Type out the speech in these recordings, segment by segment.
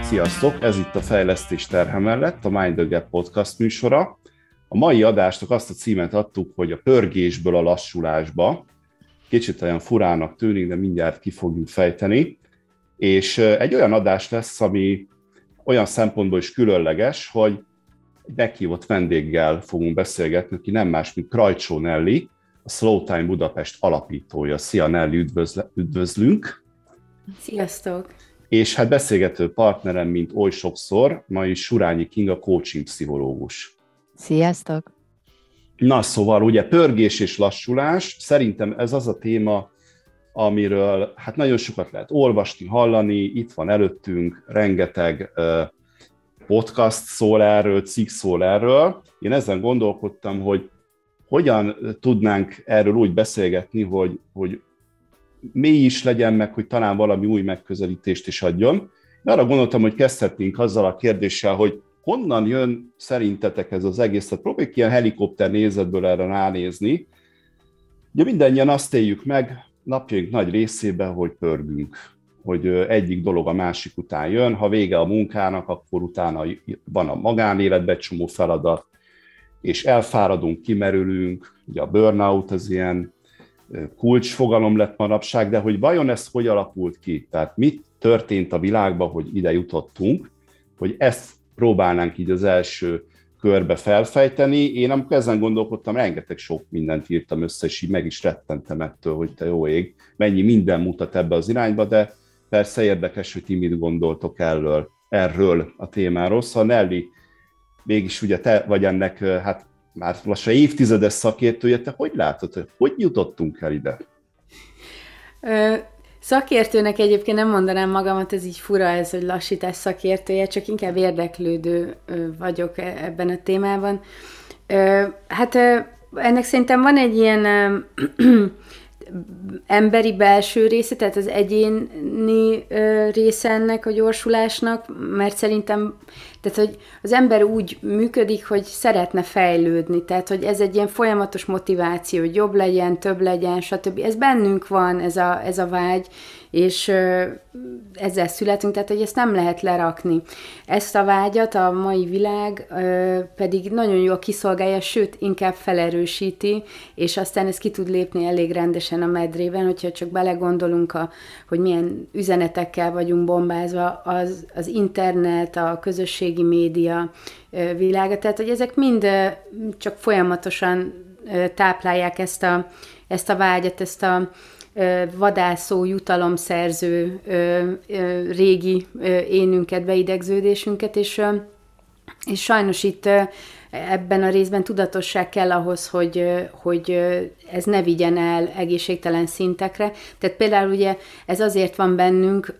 Sziasztok! Ez itt a Fejlesztés terhe mellett, a Mind the Gap podcast műsora. A mai adásnak azt a címet adtuk, hogy a pörgésből a lassulásba. Kicsit olyan furának tűnik, de mindjárt ki fogjuk fejteni. És egy olyan adás lesz, ami olyan szempontból is különleges, hogy egy meghívott vendéggel fogunk beszélgetni, aki nem más, mint Krajcsó Nelly, a Slow Time Budapest alapítója. Szia Nelly, üdvözlünk! Sziasztok! És hát beszélgető partnerem, mint oly sokszor, ma is Surányi Kinga, coaching pszichológus. Sziasztok! Na szóval ugye pörgés és lassulás, szerintem ez az a téma, amiről hát nagyon sokat lehet olvasni, hallani, itt van előttünk, rengeteg podcast szól erről, cikk szól erről. Én ezen gondolkodtam, hogy hogyan tudnánk erről úgy beszélgetni, hogy mély is legyen meg, hogy talán valami új megközelítést is adjon. Én arra gondoltam, hogy kezdhetnénk azzal a kérdéssel, hogy honnan jön szerintetek ez az egész? Tehát próbáljuk ilyen helikopter nézetből erre ránézni. Ugye mindannyian azt éljük meg napjaink nagy részében, hogy pörgünk, hogy egyik dolog a másik után jön, ha vége a munkának, akkor utána van a magánéletben egy csomó feladat, és elfáradunk, kimerülünk, ugye a burnout az ilyen kulcsfogalom lett manapság, de hogy vajon ez hogy alakult ki? Tehát mit történt a világban, hogy ide jutottunk, hogy ezt próbálnánk így az első körbe felfejteni. Én amikor ezen gondolkodtam, rengeteg sok mindent írtam össze, és így meg is rettentem ettől, hogy te jó ég, mennyi minden mutat ebbe az irányba, de persze érdekes, hogy ti mit gondoltok erről a témáról. Szóval Nelly, mégis ugye te vagy ennek, hát már lassan évtizedes szakértője, te hogy látod, hogy jutottunk el ide? Szakértőnek egyébként nem mondanám magamat, ez így fura ez, hogy lassítás szakértője, csak inkább érdeklődő vagyok ebben a témában. Hát ennek szerintem van egy ilyen emberi belső része, tehát az egyéni része ennek a gyorsulásnak, mert szerintem tehát, hogy az ember úgy működik, hogy szeretne fejlődni, tehát, hogy ez egy ilyen folyamatos motiváció, hogy jobb legyen, több legyen, stb. Ez bennünk van, ez a vágy, és ezzel születünk, tehát, hogy ezt nem lehet lerakni. Ezt a vágyat a mai világ pedig nagyon jól kiszolgálja, sőt, inkább felerősíti, és aztán ez ki tud lépni elég rendesen a medrében, hogyha csak belegondolunk, hogy milyen üzenetekkel vagyunk bombázva, az internet, a közösségi média világa, tehát hogy ezek mind csak folyamatosan táplálják ezt a vágyat, ezt a vadászó, jutalomszerző régi énünket, beidegződésünket, és sajnos itt ebben a részben tudatosság kell ahhoz, hogy ez ne vigyen el egészségtelen szintekre. Tehát például ugye ez azért van bennünk,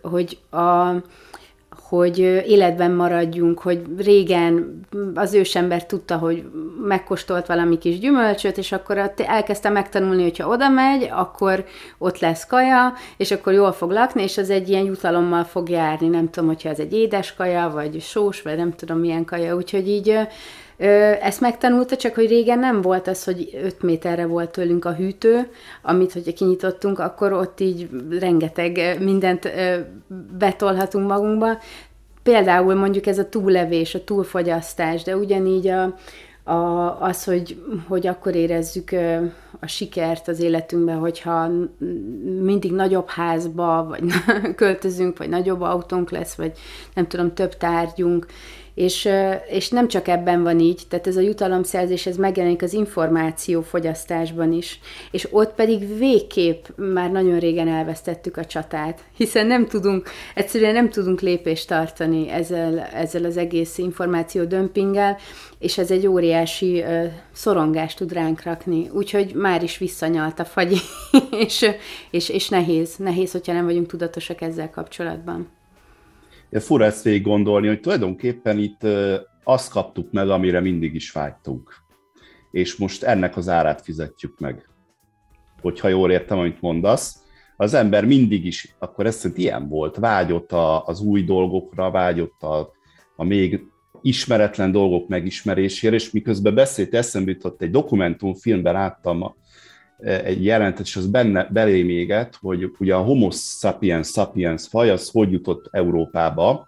hogy életben maradjunk, hogy régen az ősember tudta, hogy megkóstolt valami kis gyümölcsöt, és akkor elkezdte megtanulni, hogyha oda megy, akkor ott lesz kaja, és akkor jól fog lakni, és az egy ilyen jutalommal fog járni. Nem tudom, hogyha ez egy édes kaja, vagy sós, vagy nem tudom milyen kaja, úgyhogy így ezt megtanulta, csak hogy régen nem volt az, hogy 5 méterre volt tőlünk a hűtő, amit, hogyha kinyitottunk, akkor ott így rengeteg mindent betolhatunk magunkba. Például mondjuk ez a túllevés, a túlfogyasztás, de ugyanígy az, hogy akkor érezzük a sikert az életünkben, hogyha mindig nagyobb házba vagy költözünk, vagy nagyobb autónk lesz, vagy nem tudom, több tárgyunk, és nem csak ebben van így, tehát ez a jutalomszerzés, ez megjelenik az információfogyasztásban is, és ott pedig végképp már nagyon régen elvesztettük a csatát, hiszen egyszerűen nem tudunk lépést tartani ezzel az egész információ dömpinggel, és ez egy óriási szorongást tud ránk rakni, úgyhogy már is visszanyalt a fagyi, és nehéz, hogyha nem vagyunk tudatosak ezzel kapcsolatban. Fura ezt végig gondolni, hogy tulajdonképpen itt azt kaptuk meg, amire mindig is vágytunk. És most ennek az árát fizetjük meg. Hogyha jól értem, amit mondasz, az ember mindig is, akkor ez szerint ilyen volt, vágyott az új dolgokra, vágyott a még ismeretlen dolgok megismerésére, és miközben beszélt, eszembe jutott, egy dokumentumfilmben láttam egy jelentet, és az belém égett, hogy ugye a Homo sapiens faj az hogy jutott Európába,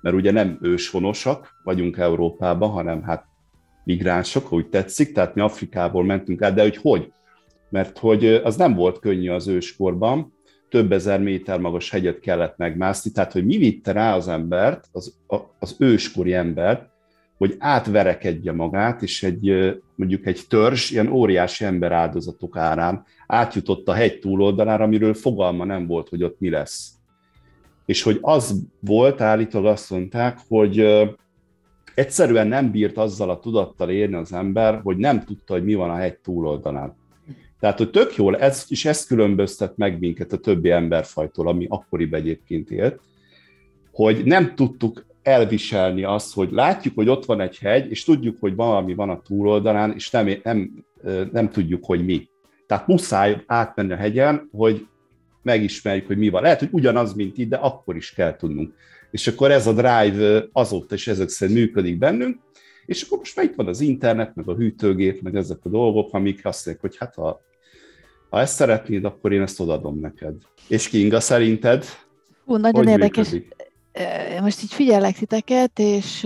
mert ugye nem őshonosak vagyunk Európában, hanem hát migránsok, úgy tetszik, tehát mi Afrikából mentünk át, de hogy? Mert hogy az nem volt könnyű az őskorban, több ezer méter magas hegyet kellett megmászni, tehát hogy mi vitte rá az embert, az őskori embert, hogy átverekedje magát, és mondjuk egy törzs ilyen óriási emberáldozatok árán átjutott a hegy túloldalára, amiről fogalma nem volt, hogy ott mi lesz. És hogy az volt, állítólag azt mondták, hogy egyszerűen nem bírt azzal a tudattal érni az ember, hogy nem tudta, hogy mi van a hegy túloldalán. Tehát, hogy tök jól, ez különböztet meg minket a többi emberfajtól, ami akkoriban egyébként élt, hogy nem tudtuk elviselni azt, hogy látjuk, hogy ott van egy hegy, és tudjuk, hogy valami van a túloldalán, és nem tudjuk, hogy mi. Tehát muszáj átmenni a hegyen, hogy megismerjük, hogy mi van. Lehet, hogy ugyanaz, mint itt, de akkor is kell tudnunk. És akkor ez a drive azóta is ezek szerint működik bennünk, és akkor most már itt van az internet, meg a hűtőgép, meg ezek a dolgok, amik azt mondják, hogy hát ha ezt szeretnéd, akkor én ezt odaadom neked. És Kinga, szerinted nagyon érdekes. Működik? Most így figyellek titeket, és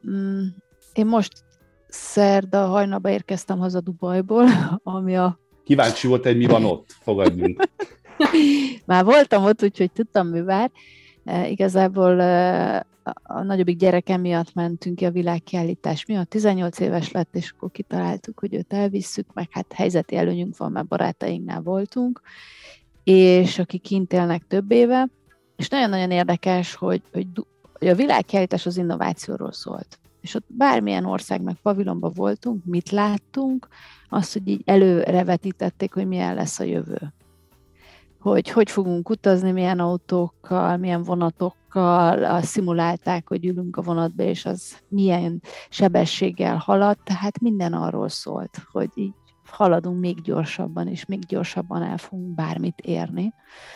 én most szerda hajnalba érkeztem haza Dubajból, ami a... Kíváncsi volt, hogy mi van ott, fogadjunk. Már voltam ott, úgyhogy tudtam, mi vár. Igazából a nagyobbik gyerekem miatt mentünk ki a világkiállítás miatt. 18 éves lett, és akkor kitaláltuk, hogy őt elvisszük, meg hát helyzeti előnyünk van, mert barátainknál voltunk, és akik kint élnek több éve, és nagyon-nagyon érdekes, hogy a világkiállítás az innovációról szólt. És ott bármilyen országnak pavilonban voltunk, mit láttunk, azt, hogy így előrevetítették, hogy milyen lesz a jövő. Hogy fogunk utazni, milyen autókkal, milyen vonatokkal, szimulálták, hogy ülünk a vonatba, és az milyen sebességgel halad, tehát minden arról szólt, hogy így haladunk még gyorsabban, és még gyorsabban el fogunk bármit érni.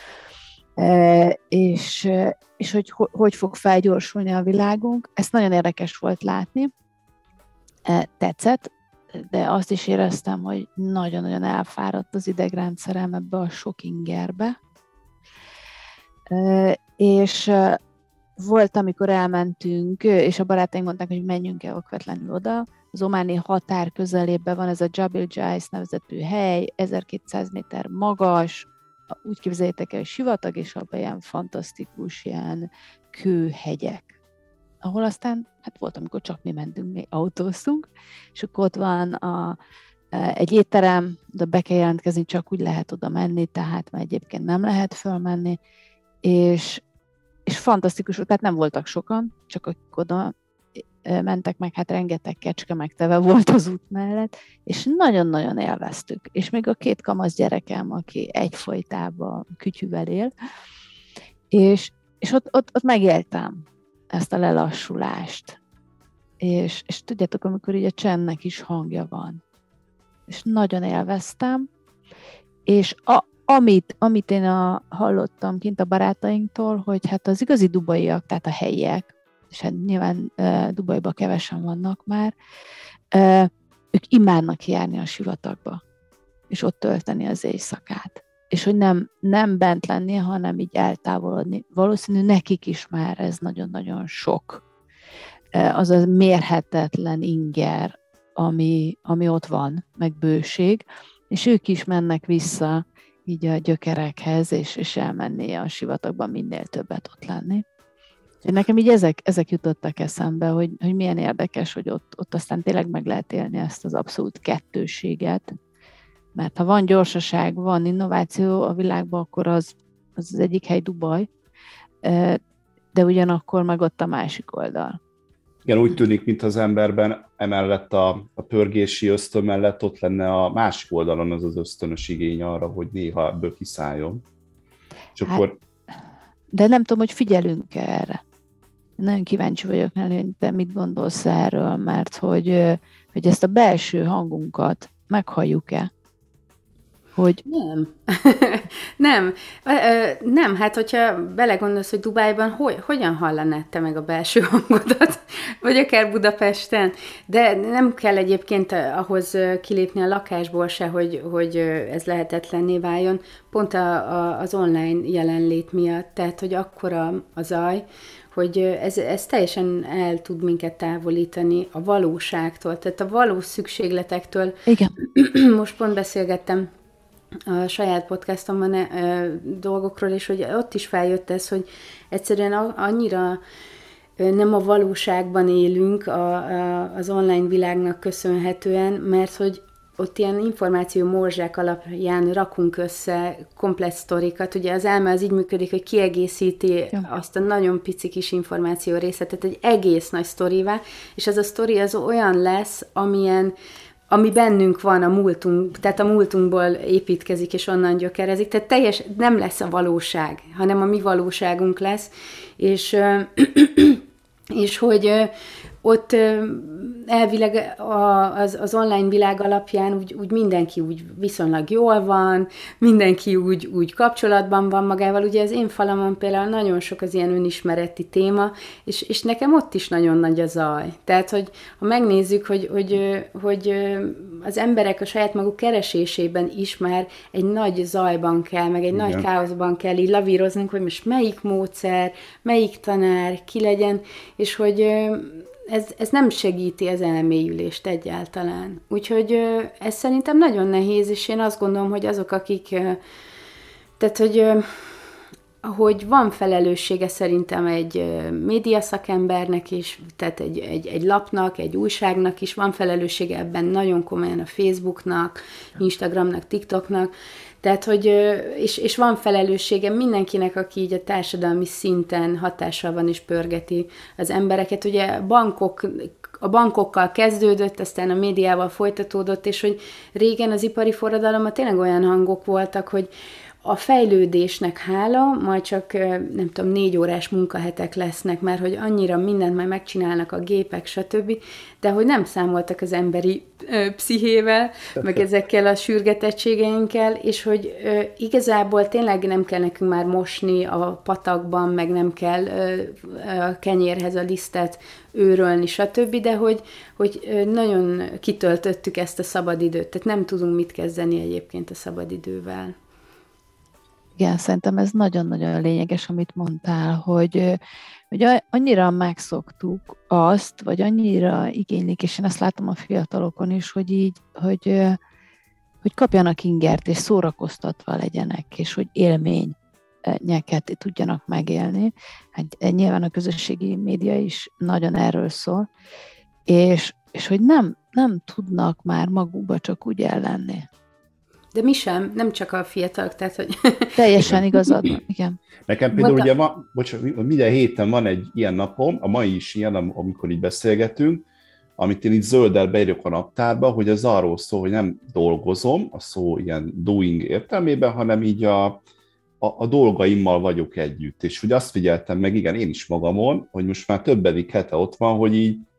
És hogy fog felgyorsulni a világunk. Ezt nagyon érdekes volt látni, tetszett, de azt is éreztem, hogy nagyon-nagyon elfáradt az idegrendszerem ebbe a sok ingerbe. És volt, amikor elmentünk, és a barátaink mondták, hogy menjünk el okvetlenül oda. Az ománi határ közelében van ez a Jabil Jais nevezetű hely, 1200 méter magas, úgy képzeljétek el, hogy sivatag, és abban ilyen fantasztikus, ilyen kőhegyek, ahol aztán, hát volt, amikor csak mi mentünk, mi autóztunk, és akkor ott van egy étterem, de be kell jelentkezni, csak úgy lehet oda menni, tehát már egyébként nem lehet fölmenni, és fantasztikus, tehát nem voltak sokan, csak akik oda mentek meg, hát rengeteg kecske megteve volt az út mellett, és nagyon-nagyon élveztük. És még a 2 kamasz gyerekem, aki egyfolytában kütyűvel él, és ott megéltem ezt a lelassulást. És tudjátok, amikor így a csendnek is hangja van. És nagyon élveztem, és amit én hallottam kint a barátainktól, hogy hát az igazi dubaiak, tehát a helyiek, és hát nyilván Dubajban kevesen vannak már, ők imádnak járni a sivatagba, és ott tölteni az éjszakát. És hogy nem bent lenni, hanem így eltávolodni. Valószínű nekik is már ez nagyon-nagyon sok. Az a mérhetetlen inger, ami ott van, meg bőség, és ők is mennek vissza így a gyökerekhez, és elmenni a sivatagban minél többet ott lenni. És nekem így ezek jutottak eszembe, hogy milyen érdekes, hogy ott aztán tényleg meg lehet élni ezt az abszolút kettőséget, mert ha van gyorsaság, van innováció a világban, akkor az egyik hely Dubaj, de ugyanakkor meg ott a másik oldal. Igen, úgy tűnik, mint az emberben emellett a pörgési ösztön mellett ott lenne a másik oldalon az ösztönös igény arra, hogy néha ebből kiszálljon. És akkor... De nem tudom, hogy figyelünk erre. Nagyon kíváncsi vagyok, hogy te mit gondolsz erről, mert hogy ezt a belső hangunkat meghalljuk-e? hogy Nem. Nem. Nem, hát hogyha belegondolsz, hogy Dubájban hogyan hallanád te meg a belső hangodat, vagy akár Budapesten, de nem kell egyébként ahhoz kilépni a lakásból se, hogy ez lehetetlenné váljon, pont az online jelenlét miatt, tehát, hogy akkora a zaj, hogy ez teljesen el tud minket távolítani a valóságtól, tehát a valós szükségletektől. igen, Most pont beszélgettem a saját podcastomban dolgokról, és hogy ott is feljött ez, hogy egyszerűen annyira nem a valóságban élünk az online világnak köszönhetően, mert hogy ott ilyen információ morzsák alapján rakunk össze komplex sztorikat. Ugye az elme az így működik, hogy kiegészíti azt a nagyon pici kis információ részletet egy egész nagy sztorivá, és ez a sztori az olyan lesz, ami bennünk van, a múltunk, tehát a múltunkból építkezik, és onnan gyökerezik. Tehát nem lesz a valóság, hanem a mi valóságunk lesz, és hogy ott elvileg az online világ alapján úgy mindenki úgy viszonylag jól van, mindenki úgy kapcsolatban van magával. Ugye az én falamon például nagyon sok az ilyen önismereti téma, és nekem ott is nagyon nagy a zaj. Tehát, hogy ha megnézzük, hogy az emberek a saját maguk keresésében is már egy nagy zajban kell, meg egy nagy káoszban kell így lavíroznunk, hogy most melyik módszer, melyik tanár, ki legyen, és hogy ez nem segíti az elmélyülést egyáltalán. Úgyhogy ez szerintem nagyon nehéz, és én azt gondolom, hogy azok, akik, tehát hogy van felelőssége szerintem egy médiaszakembernek is, tehát egy lapnak, egy újságnak is, van felelőssége ebben nagyon komolyan a Facebooknak, Instagramnak, TikToknak, tehát, hogy, és van felelőssége mindenkinek, aki így a társadalmi szinten hatással van és pörgeti az embereket. Ugye a bankokkal kezdődött, aztán a médiával folytatódott, és hogy régen az ipari forradalomban tényleg olyan hangok voltak, hogy a fejlődésnek hála, majd csak, nem tudom, 4 órás munkahetek lesznek, mert hogy annyira mindent majd megcsinálnak a gépek, stb., de hogy nem számoltak az emberi pszichével, meg ezekkel a sürgetettségeinkkel, és hogy igazából tényleg nem kell nekünk már mosni a patakban, meg nem kell a kenyérhez a lisztet őrölni, stb., de hogy nagyon kitöltöttük ezt a szabadidőt, tehát nem tudunk mit kezdeni egyébként a szabadidővel. Igen, szerintem ez nagyon-nagyon lényeges, amit mondtál, hogy annyira megszoktuk azt, vagy annyira igénylik, és én ezt látom a fiatalokon is, hogy kapjanak ingert, és szórakoztatva legyenek, és hogy élményeket tudjanak megélni. Hát nyilván a közösségi média is nagyon erről szól, és hogy nem tudnak már magukba csak úgy ellenni. De mi sem, nem csak a fiatalok, tehát, hogy... Teljesen igazad van, igen. Nekem például ugye minden héten van egy ilyen napom, a mai is ilyen, amikor így beszélgetünk, amit én így zölddel beírok a naptárba, hogy az arról szól, hogy nem dolgozom, a szó ilyen doing értelmében, hanem így a dolgaimmal vagyok együtt. És hogy azt figyeltem meg, igen, én is magamon, hogy most már többedik hete ott van, hogy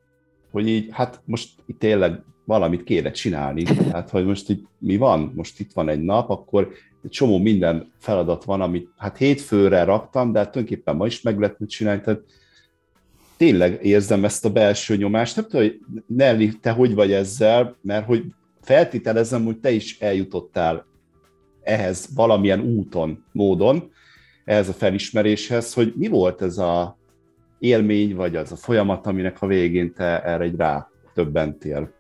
így hát most itt tényleg valamit kéne csinálni. Tehát, hogy most itt mi van? Most itt van egy nap, akkor egy csomó minden feladat van, amit hát hétfőre raktam, de hát tulajdonképpen ma is meg lehetne csinálni. Tehát tényleg érzem ezt a belső nyomást. Nem tudom, hogy Nelly, te hogy vagy ezzel, mert hogy feltételezem, hogy te is eljutottál ehhez valamilyen úton, módon, ehhez a felismeréshez, hogy mi volt ez a élmény, vagy az a folyamat, aminek a végén te erre egy rá többentél.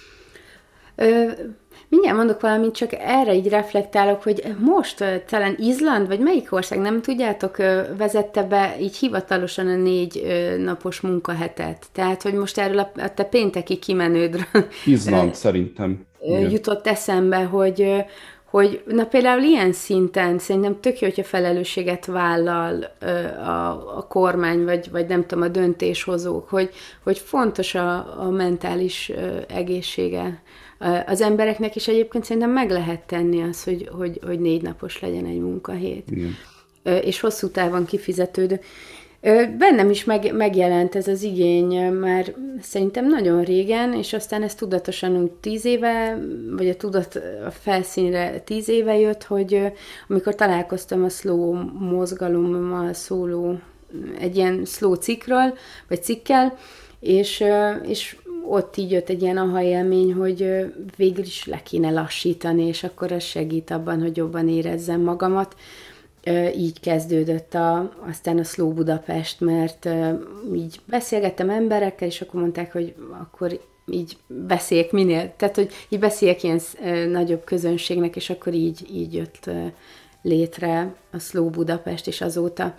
Mindjárt mondok valamit, csak erre így reflektálok, hogy most talán Izland, vagy melyik ország, nem tudjátok, vezette be így hivatalosan a 4 napos munkahetet. Tehát, hogy most erről a te pénteki kimenődről Izland szerintem. Jutott eszembe, hogy na például ilyen szinten szerintem tök jó, hogyha felelősséget vállal a kormány, vagy nem tudom, a döntéshozók, hogy fontos a mentális egészsége az embereknek, is egyébként szerintem meg lehet tenni az, hogy 4 napos legyen egy munkahét. Igen. És hosszú távon kifizetődő. Bennem is megjelent ez az igény már szerintem nagyon régen, és aztán ez tudatosan úgy 10 éve, vagy a tudat a felszínre 10 éve jött, hogy amikor találkoztam a slow mozgalommal szóló, egy ilyen slow cikkről, vagy cikkel, és ott így jött egy ilyen aha élmény, hogy végül is le kéne lassítani, és akkor ez segít abban, hogy jobban érezzem magamat. Így kezdődött aztán a Slow Budapest, mert így beszélgettem emberekkel, és akkor mondták, hogy akkor így beszéljek minél, tehát hogy így beszéljek ilyen nagyobb közönségnek, és akkor így jött létre a Slow Budapest, és azóta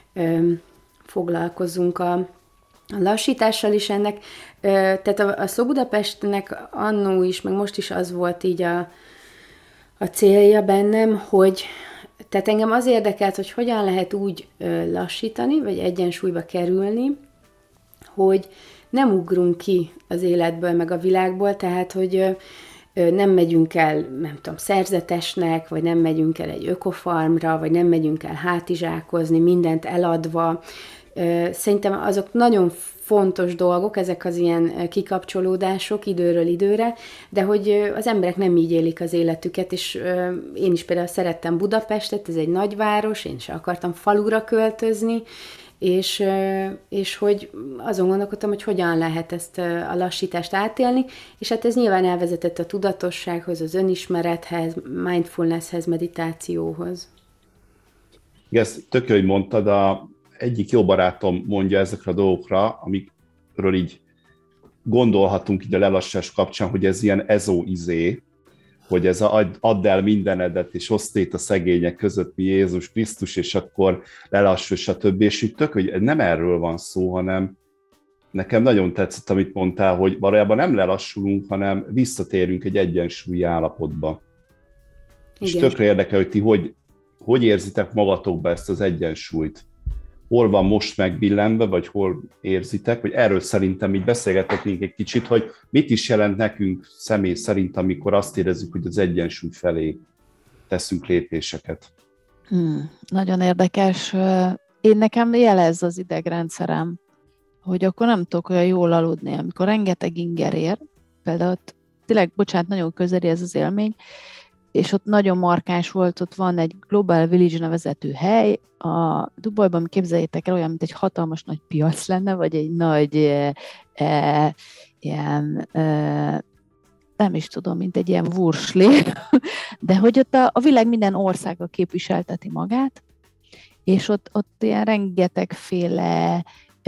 foglalkozunk a lassítással is ennek. Tehát a Slow Budapestnek annó is, meg most is az volt így a célja bennem, hogy tehát engem az érdekelt, hogy hogyan lehet úgy lassítani, vagy egyensúlyba kerülni, hogy nem ugrunk ki az életből, meg a világból, tehát, hogy nem megyünk el, nem tudom, szerzetesnek, vagy nem megyünk el egy ökofarmra, vagy nem megyünk el hátizsákozni, mindent eladva. Szerintem azok nagyon fontos dolgok, ezek az ilyen kikapcsolódások időről időre, de hogy az emberek nem így élik az életüket, és én is például szerettem Budapestet, ez egy nagyváros, én is akartam falura költözni, és hogy azon gondolkodtam, hogy hogyan lehet ezt a lassítást átélni, és hát ez nyilván elvezetett a tudatossághoz, az önismerethez, mindfulnesshez, meditációhoz. Igen, ezt tök jó, hogy mondtad, egyik jó barátom mondja ezekre a dolgokra, amikről így gondolhatunk így a lelassás kapcsán, hogy ez ilyen ezó-izé, hogy ez add el mindenedet, és oszd szét a szegények között, mi Jézus Krisztus, és akkor lelassulj, stb. És így tök, hogy nem erről van szó, hanem nekem nagyon tetszett, amit mondtál, hogy valójában nem lelassulunk, hanem visszatérünk egy egyensúlyi állapotba. Igen. És tökre érdekel, hogy ti hogy érzitek magatokba ezt az egyensúlyt? Hol van most megbillenve, vagy hol érzitek, vagy erről szerintem így beszélgethetnénk egy kicsit, hogy mit is jelent nekünk személy szerint, amikor azt érezzük, hogy az egyensúly felé teszünk lépéseket. Nagyon érdekes. Én nekem jelez az idegrendszerem, hogy akkor nem tudok olyan jól aludni, amikor rengeteg inger ér, például ott, tényleg, bocsánat, nagyon közeli ez az élmény, és ott nagyon markáns volt, ott van egy Global Village nevezetű hely, a Dubajban, képzeljétek el, olyan, mint egy hatalmas nagy piac lenne, vagy egy nagy ilyen, nem is tudom, mint egy ilyen vursli, de hogy ott a világ minden országa képviselteti magát, és ott ilyen rengetegféle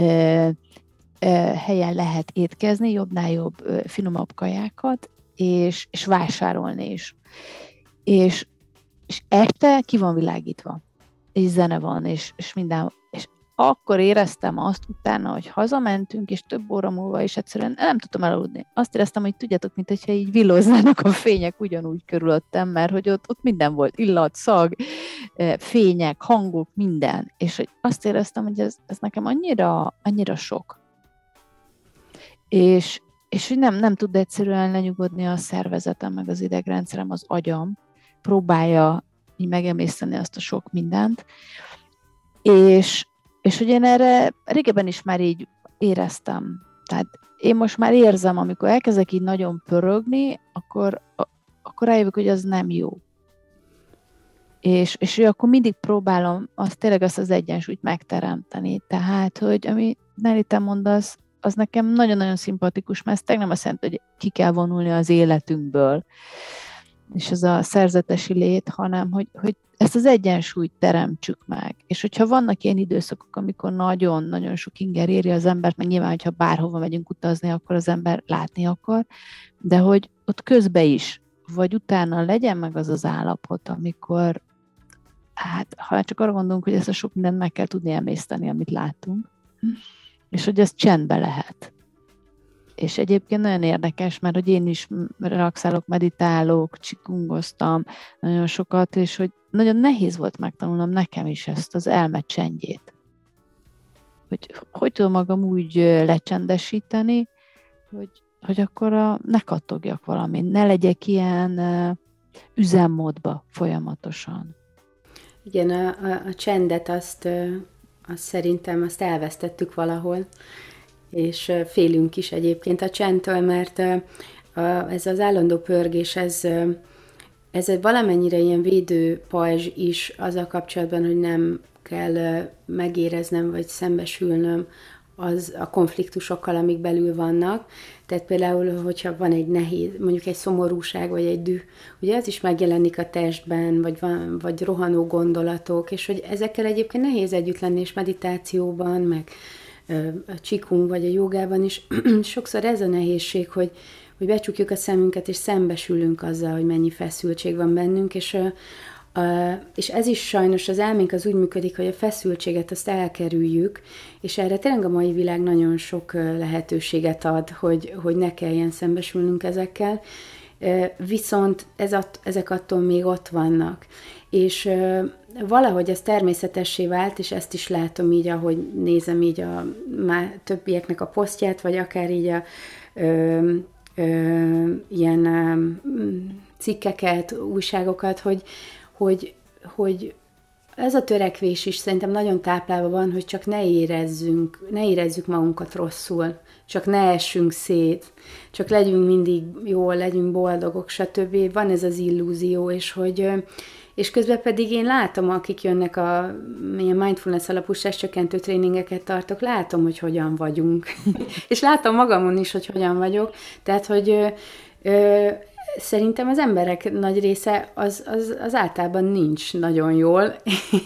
helyen lehet étkezni, jobbnál jobb, finomabb kajákat, és vásárolni is. És este ki van világítva, és zene van, és minden. És akkor éreztem azt utána, hogy hazamentünk, és több óra múlva is egyszerűen nem tudtam elaludni. Azt éreztem, hogy tudjátok, mint hogyha így villoznának a fények ugyanúgy körülöttem, mert hogy ott minden volt, illat, szag, fények, hangok, minden. És hogy azt éreztem, hogy ez nekem annyira sok. És hogy nem tud egyszerűen lenyugodni a szervezetem, meg az idegrendszerem, az agyam, próbálja így megemészteni azt a sok mindent, és hogy én erre régebben is már így éreztem. Tehát én most már érzem, amikor elkezdek így nagyon pörögni, akkor rájövök, hogy az nem jó. És akkor mindig próbálom tényleg azt az egyensúlyt megteremteni. Tehát, hogy ami Nelly, te mondasz, az nekem nagyon-nagyon szimpatikus, mert ez tényleg nem azt jelenti, hogy ki kell vonulni az életünkből, és ez a szerzetesi lét, hanem hogy ezt az egyensúlyt teremtsük meg. És hogyha vannak ilyen időszakok, amikor nagyon-nagyon sok inger éri az embert, meg nyilván, hogyha bárhova megyünk utazni, akkor az ember látni akar, de hogy ott közben is, vagy utána legyen meg az az állapot, amikor, hát ha csak arra gondolunk, hogy ezt a sok mindent meg kell tudni emészteni, amit látunk, és hogy ez csendben lehet. És egyébként nagyon érdekes, mert hogy én is relaxálok, meditálok, csikungoztam nagyon sokat, és hogy nagyon nehéz volt megtanulnom nekem is ezt az elme csendjét. Hogy tudom magam úgy lecsendesíteni, hogy akkor ne kattogjak valamin, ne legyek ilyen üzemmódba folyamatosan. Igen, a csendet azt azt szerintem azt elvesztettük valahol, és félünk is egyébként a csendtől, mert ez az állandó pörgés, ez valamennyire ilyen védő pajzs is azzal kapcsolatban, hogy nem kell megéreznem, vagy szembesülnöm a konfliktusokkal, amik belül vannak. Tehát például, hogyha van egy nehéz, mondjuk egy szomorúság, vagy egy düh, ugye az is megjelenik a testben, vagy rohanó gondolatok, és hogy ezekkel egyébként nehéz együtt lenni, és meditációban, meg a csikung, vagy a jogában is sokszor ez a nehézség, hogy becsukjuk a szemünket, és szembesülünk azzal, hogy mennyi feszültség van bennünk, és ez is sajnos az elménk az úgy működik, hogy a feszültséget azt elkerüljük, és erre tényleg a mai világ nagyon sok lehetőséget ad, hogy ne kelljen szembesülnünk ezekkel, viszont ezek attól még ott vannak. És valahogy ez természetessé vált, és ezt is látom így, ahogy nézem így a már többieknek a posztját, vagy akár így a ilyen cikkeket, újságokat, hogy ez a törekvés is szerintem nagyon táplálva van, hogy csak ne érezzük magunkat rosszul, csak ne essünk szét, csak legyünk mindig jól, legyünk boldogok, stb. Van ez az illúzió, és közben pedig én látom, akik jönnek ilyen mindfulness alapú stresscsökkentő tréningeket tartok, látom, hogy hogyan vagyunk. És látom magamon is, hogy hogyan vagyok. Tehát, hogy szerintem az emberek nagy része az általában nincs nagyon jól,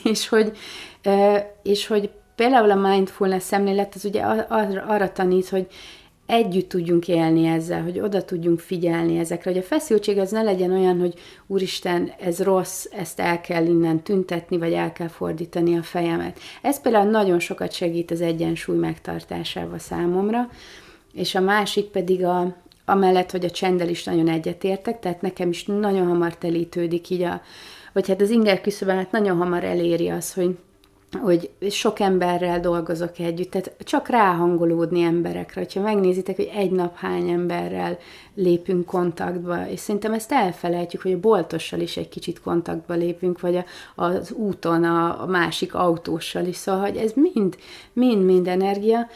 és hogy például a mindfulness szemlélet az ugye arra tanít, hogy együtt tudjunk élni ezzel, hogy oda tudjunk figyelni ezekre, hogy a feszültség az ne legyen olyan, hogy úristen, ez rossz, ezt el kell innen tüntetni, vagy el kell fordítani a fejemet. Ez például nagyon sokat segít az egyensúly megtartásával számomra, és a másik pedig amellett, hogy a csenddel is nagyon egyetértek, tehát nekem is nagyon hamar telítődik így vagy hát az inger küszöbömet nagyon hamar eléri az, hogy sok emberrel dolgozok együtt, tehát csak ráhangolódni emberekre, hogyha megnézitek, hogy egy nap hány emberrel lépünk kontaktba, és szerintem ezt elfelejtjük, hogy a boltossal is egy kicsit kontaktba lépünk, vagy az úton a másik autóssal is, szóval, hogy ez mind energia,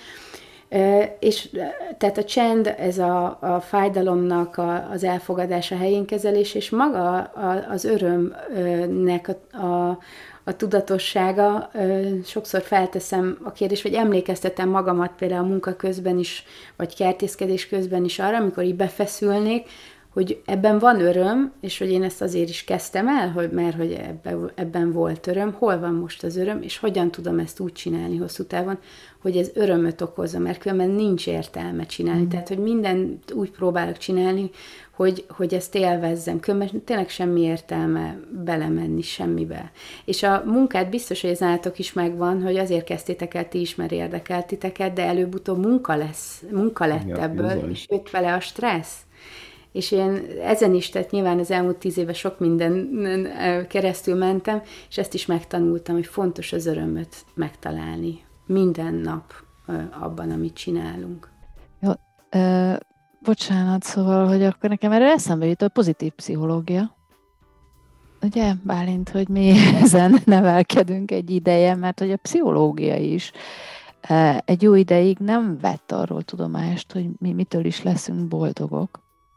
és tehát a csend, ez a fájdalomnak az elfogadása, helyén kezelés, és maga az örömnek a tudatossága, sokszor felteszem a kérdést, vagy emlékeztetem magamat például a munka közben is, vagy kertészkedés közben is arra, amikor így befeszülnék, hogy ebben van öröm, és hogy én ezt azért is kezdtem el, mert hogy ebben volt öröm, hol van most az öröm, és hogyan tudom ezt úgy csinálni hosszú távon, hogy ez örömöt okozza, mert különben nincs értelme csinálni. Tehát, hogy mindent úgy próbálok csinálni, hogy ezt élvezzem. Különben tényleg semmi értelme belemenni semmibe. És a munkát biztos, hogy ez nálatok is megvan, hogy azért kezdtétek el ti is, mert érdekelt titeket, de előbb-utóbb munka lett ebből, és jött vele a stressz. És én ezen is, tehát nyilván az elmúlt 10 éve sok minden keresztül mentem, és ezt is megtanultam, hogy fontos az örömöt megtalálni minden nap abban, amit csinálunk. Jó, bocsánat, szóval, hogy akkor nekem erre eszembe jut a pozitív pszichológia. Ugye, Bálint, hogy mi ezen nevelkedünk egy ideje, mert hogy a pszichológia is egy jó ideig nem vett arról tudomást, hogy mi mitől is leszünk boldogok.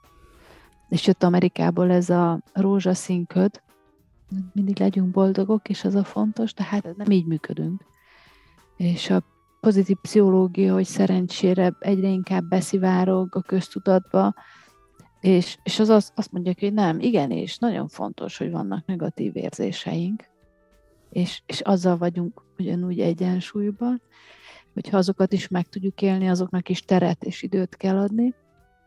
És jött Amerikából ez a rózsaszín köd, mindig legyünk boldogok, és az a fontos, de hát nem így működünk. És a pozitív pszichológia, hogy szerencsére egyre inkább beszivárog a köztudatba, és az azt mondják, hogy nem, igenis, nagyon fontos, hogy vannak negatív érzéseink, és azzal vagyunk ugyanúgy egyensúlyban, hogyha azokat is meg tudjuk élni, azoknak is teret és időt kell adni.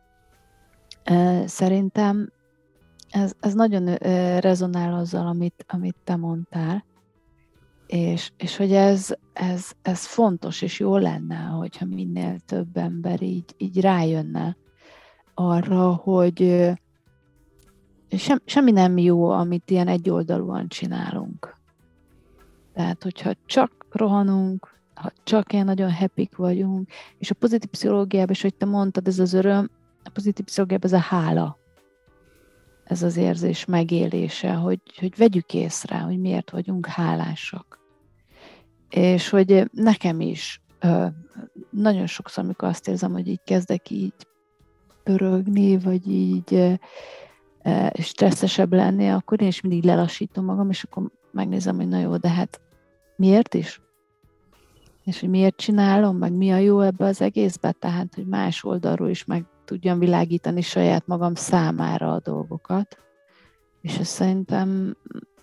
Szerintem ez nagyon rezonál azzal, amit te mondtál, és hogy ez fontos, és jó lenne, hogyha minél több ember így rájönne arra, hogy semmi nem jó, amit ilyen egyoldalúan csinálunk. Tehát, hogyha csak rohanunk, ha csak ilyen nagyon happyk vagyunk, és a pozitív pszichológiában is, hogy te mondtad, ez az öröm, a pozitív pszichológiában ez a hála, ez az érzés megélése, hogy vegyük észre, hogy miért vagyunk hálásak. És hogy nekem is nagyon sokszor, amikor azt érzem, hogy így kezdek így pörögni, vagy így stresszesebb lenni, akkor én is mindig lelassítom magam, és akkor megnézem, hogy na jó, de hát miért is? És hogy miért csinálom, meg mi a jó ebbe az egészbe, tehát, hogy más oldalról is meg tudjam világítani saját magam számára a dolgokat. És ez szerintem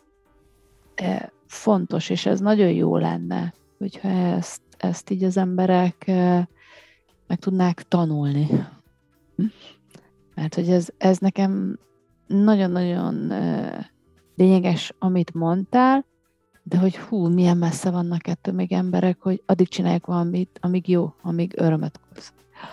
fontos, és ez nagyon jó lenne, hogyha ezt így az emberek meg tudnák tanulni. Mert hogy ez nekem nagyon-nagyon lényeges, amit mondtál, de hogy milyen messze vannak ettől még emberek, hogy addig csinálják valamit, amíg jó, amíg örömet kapsz.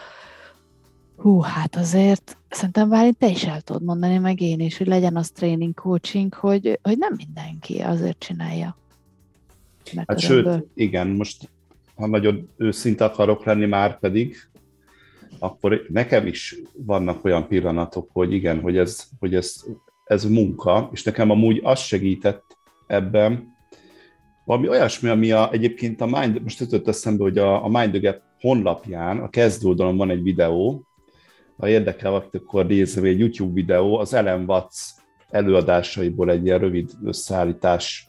Hát azért szerintem Bálint te is el tudod mondani, meg én is, hogy legyen az training coaching, hogy nem mindenki azért csinálja. Hát sőt, igen, most ha nagyon őszinte akarok lenni már pedig, akkor nekem is vannak olyan pillanatok, hogy igen, hogy ez munka, és nekem amúgy az segített ebben, valami olyasmi, ami egyébként a Mind, most jutott eszembe, hogy a Mind the Gap honlapján, a kezdő oldalon van egy videó, ha érdekel, akkor nézzem, egy YouTube videó, az Alan Watts előadásaiból egy ilyen rövid összeállítás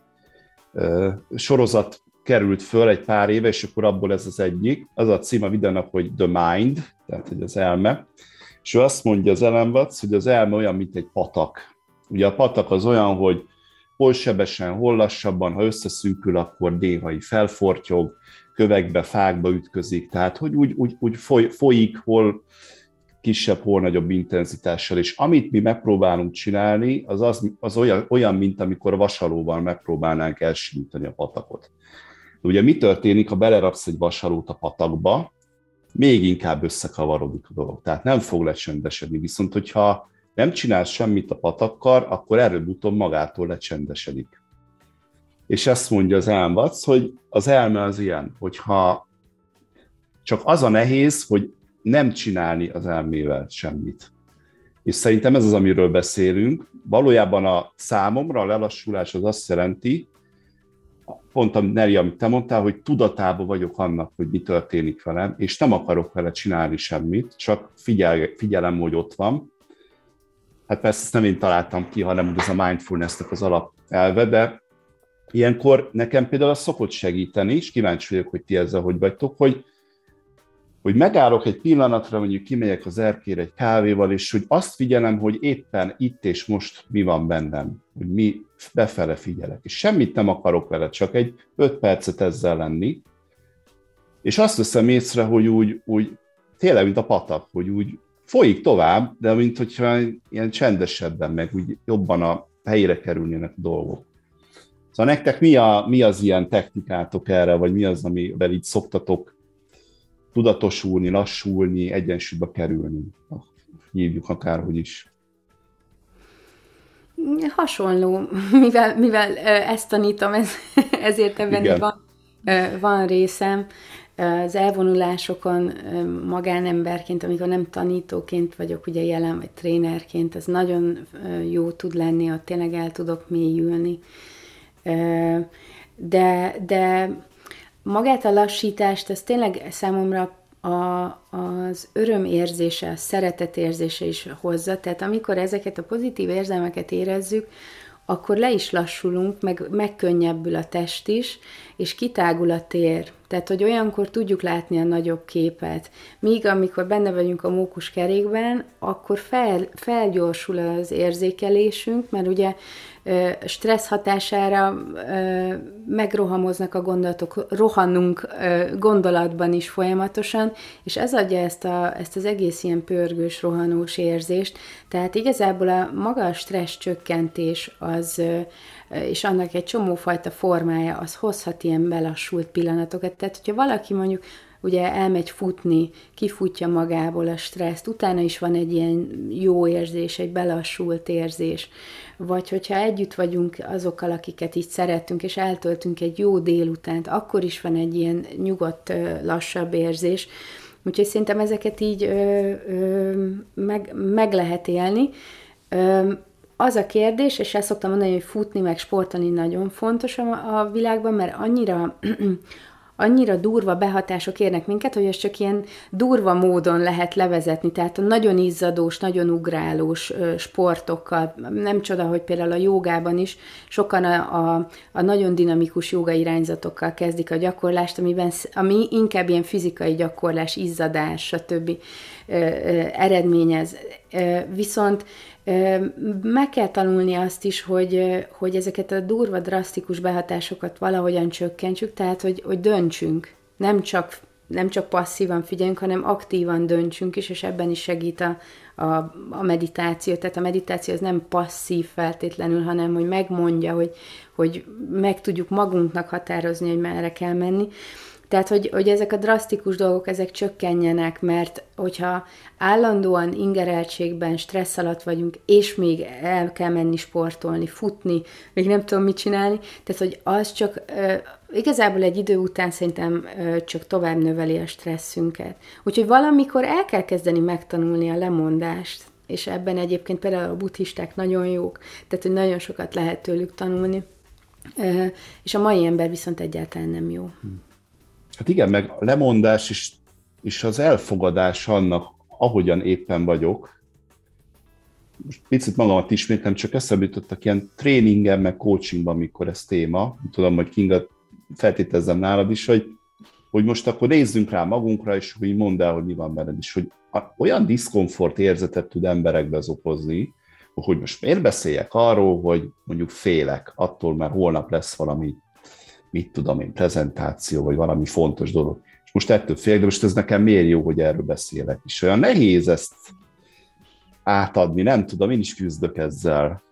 sorozat került föl egy pár éve, és akkor abból ez az egyik. Az a cím a videónak, hogy The Mind, tehát hogy az elme. És ő azt mondja az Alan Watts, hogy az elme olyan, mint egy patak. Ugye a patak az olyan, hogy hol sebesen, hol lassabban, ha összeszűkül, akkor néha felfortyog, kövekbe, fákba ütközik, tehát hogy úgy folyik, hol kisebb, hol nagyobb intenzitással. És amit mi megpróbálunk csinálni, az olyan, mint amikor vasalóval megpróbálnánk elsimítani a patakot. Ugye mi történik, ha beleraksz egy vasalót a patakba, még inkább összekavarodik a dolog. Tehát nem fog lecsendesedni. Viszont, hogyha nem csinálsz semmit a patakkal, akkor előbb-utóbb magától lecsendesedik. És ezt mondja az Alan Watts, hogy az elme az ilyen, hogyha csak az a nehéz, hogy nem csinálni az elmével semmit. És szerintem ez az, amiről beszélünk. Valójában a számomra a lelassulás az azt jelenti, pont Neri, amit te mondtál, hogy tudatában vagyok annak, hogy mi történik velem, és nem akarok vele csinálni semmit, csak figyelem, hogy ott van. Hát persze ezt nem én találtam ki, hanem ez a mindfulness-nek az alapelve, de ilyenkor nekem például az szokott segíteni, és kíváncsi vagyok, hogy ti ezzel hogy vagytok, hogy megállok egy pillanatra, mondjuk kimegyek az erkére egy kávéval, és hogy azt figyelem, hogy éppen itt és most mi van bennem, hogy mi befele figyelek. És semmit nem akarok vele, csak egy 5 percet ezzel lenni. És azt veszem észre, hogy úgy tényleg, mint a patak, hogy úgy folyik tovább, de mint hogyha ilyen csendesebben, meg úgy jobban a helyére kerülnének a dolgok. Szóval nektek mi az ilyen technikátok erre, vagy mi az, amivel így szoktatok tudatosulni, lassulni, egyensúlyba kerülni? Hívjuk akárhogy is. Hasonló, mivel ezt tanítom, ezért ebben van részem. Az elvonulásokon magánemberként, amikor nem tanítóként vagyok ugye jelen, vagy trénerként, ez nagyon jó tud lenni, ott tényleg el tudok mélyülni. De magát a lassítást, ez tényleg számomra az öröm érzése, a szeretet érzése is hozza, tehát amikor ezeket a pozitív érzelmeket érezzük, akkor le is lassulunk, meg megkönnyebbül a test is, és kitágul a tér. Tehát, hogy olyankor tudjuk látni a nagyobb képet. Míg amikor benne vagyunk a mókuskerékben, akkor felgyorsul az érzékelésünk, mert ugye stressz hatására megrohamoznak a gondolatok, rohanunk gondolatban is folyamatosan, és ez adja ezt az egész ilyen pörgős, rohanós érzést. Tehát igazából maga a stressz csökkentés az, és annak egy csomófajta formája, az hozhat ilyen belassult pillanatokat. Tehát, hogyha valaki mondjuk ugye elmegy futni, kifutja magából a stresszt, utána is van egy ilyen jó érzés, egy belassult érzés. Vagy hogyha együtt vagyunk azokkal, akiket így szeretünk, és eltöltünk egy jó délutánt, akkor is van egy ilyen nyugodt, lassabb érzés. Úgyhogy szerintem ezeket így meg lehet élni. az a kérdés, és ezt szoktam mondani, hogy futni meg sportolni nagyon fontos a világban, mert annyira durva behatások érnek minket, hogy ezt csak ilyen durva módon lehet levezetni, tehát a nagyon izzadós, nagyon ugrálós sportokkal. Nem csoda, hogy például a jogában is sokan a nagyon dinamikus joga irányzatokkal kezdik a gyakorlást, ami inkább ilyen fizikai gyakorlás, izzadás, stb. Eredményez. Viszont meg kell tanulni azt is, hogy ezeket a durva, drasztikus behatásokat valahogyan csökkentsük, tehát hogy döntsünk. Nem csak passzívan figyeljünk, hanem aktívan döntsünk is, és ebben is segít a meditáció. Tehát a meditáció az nem passzív feltétlenül, hanem hogy megmondja, hogy meg tudjuk magunknak határozni, hogy merre kell menni. Tehát, hogy ezek a drasztikus dolgok, ezek csökkenjenek, mert hogyha állandóan ingereltségben, stressz alatt vagyunk, és még el kell menni sportolni, futni, még nem tudom mit csinálni, tehát, hogy az csak igazából egy idő után szerintem csak tovább növeli a stresszünket. Úgyhogy valamikor el kell kezdeni megtanulni a lemondást, és ebben egyébként például a buddhisták nagyon jók, tehát, hogy nagyon sokat lehet tőlük tanulni, és a mai ember viszont egyáltalán nem jó. Hát igen, meg a lemondás és az elfogadás annak, ahogyan éppen vagyok. Most picit magamat ismétlem, csak eszembe jutottak ilyen tréningen, meg coachingban, amikor ez téma. Tudom, hogy Kinga, feltételezem nálad is, hogy most akkor nézzünk rá magunkra, és hogy mondd el, hogy mi van benned is, hogy olyan diszkomfort érzetet tud emberekbe az okozni, hogy most miért beszéljek arról, hogy mondjuk félek attól, mert holnap lesz valami, mit tudom én, prezentáció, vagy valami fontos dolog. És most ettől félek, de most ez nekem miért jó, hogy erről beszélek is. Olyan nehéz ezt átadni, nem tudom, én is küzdök ezzel.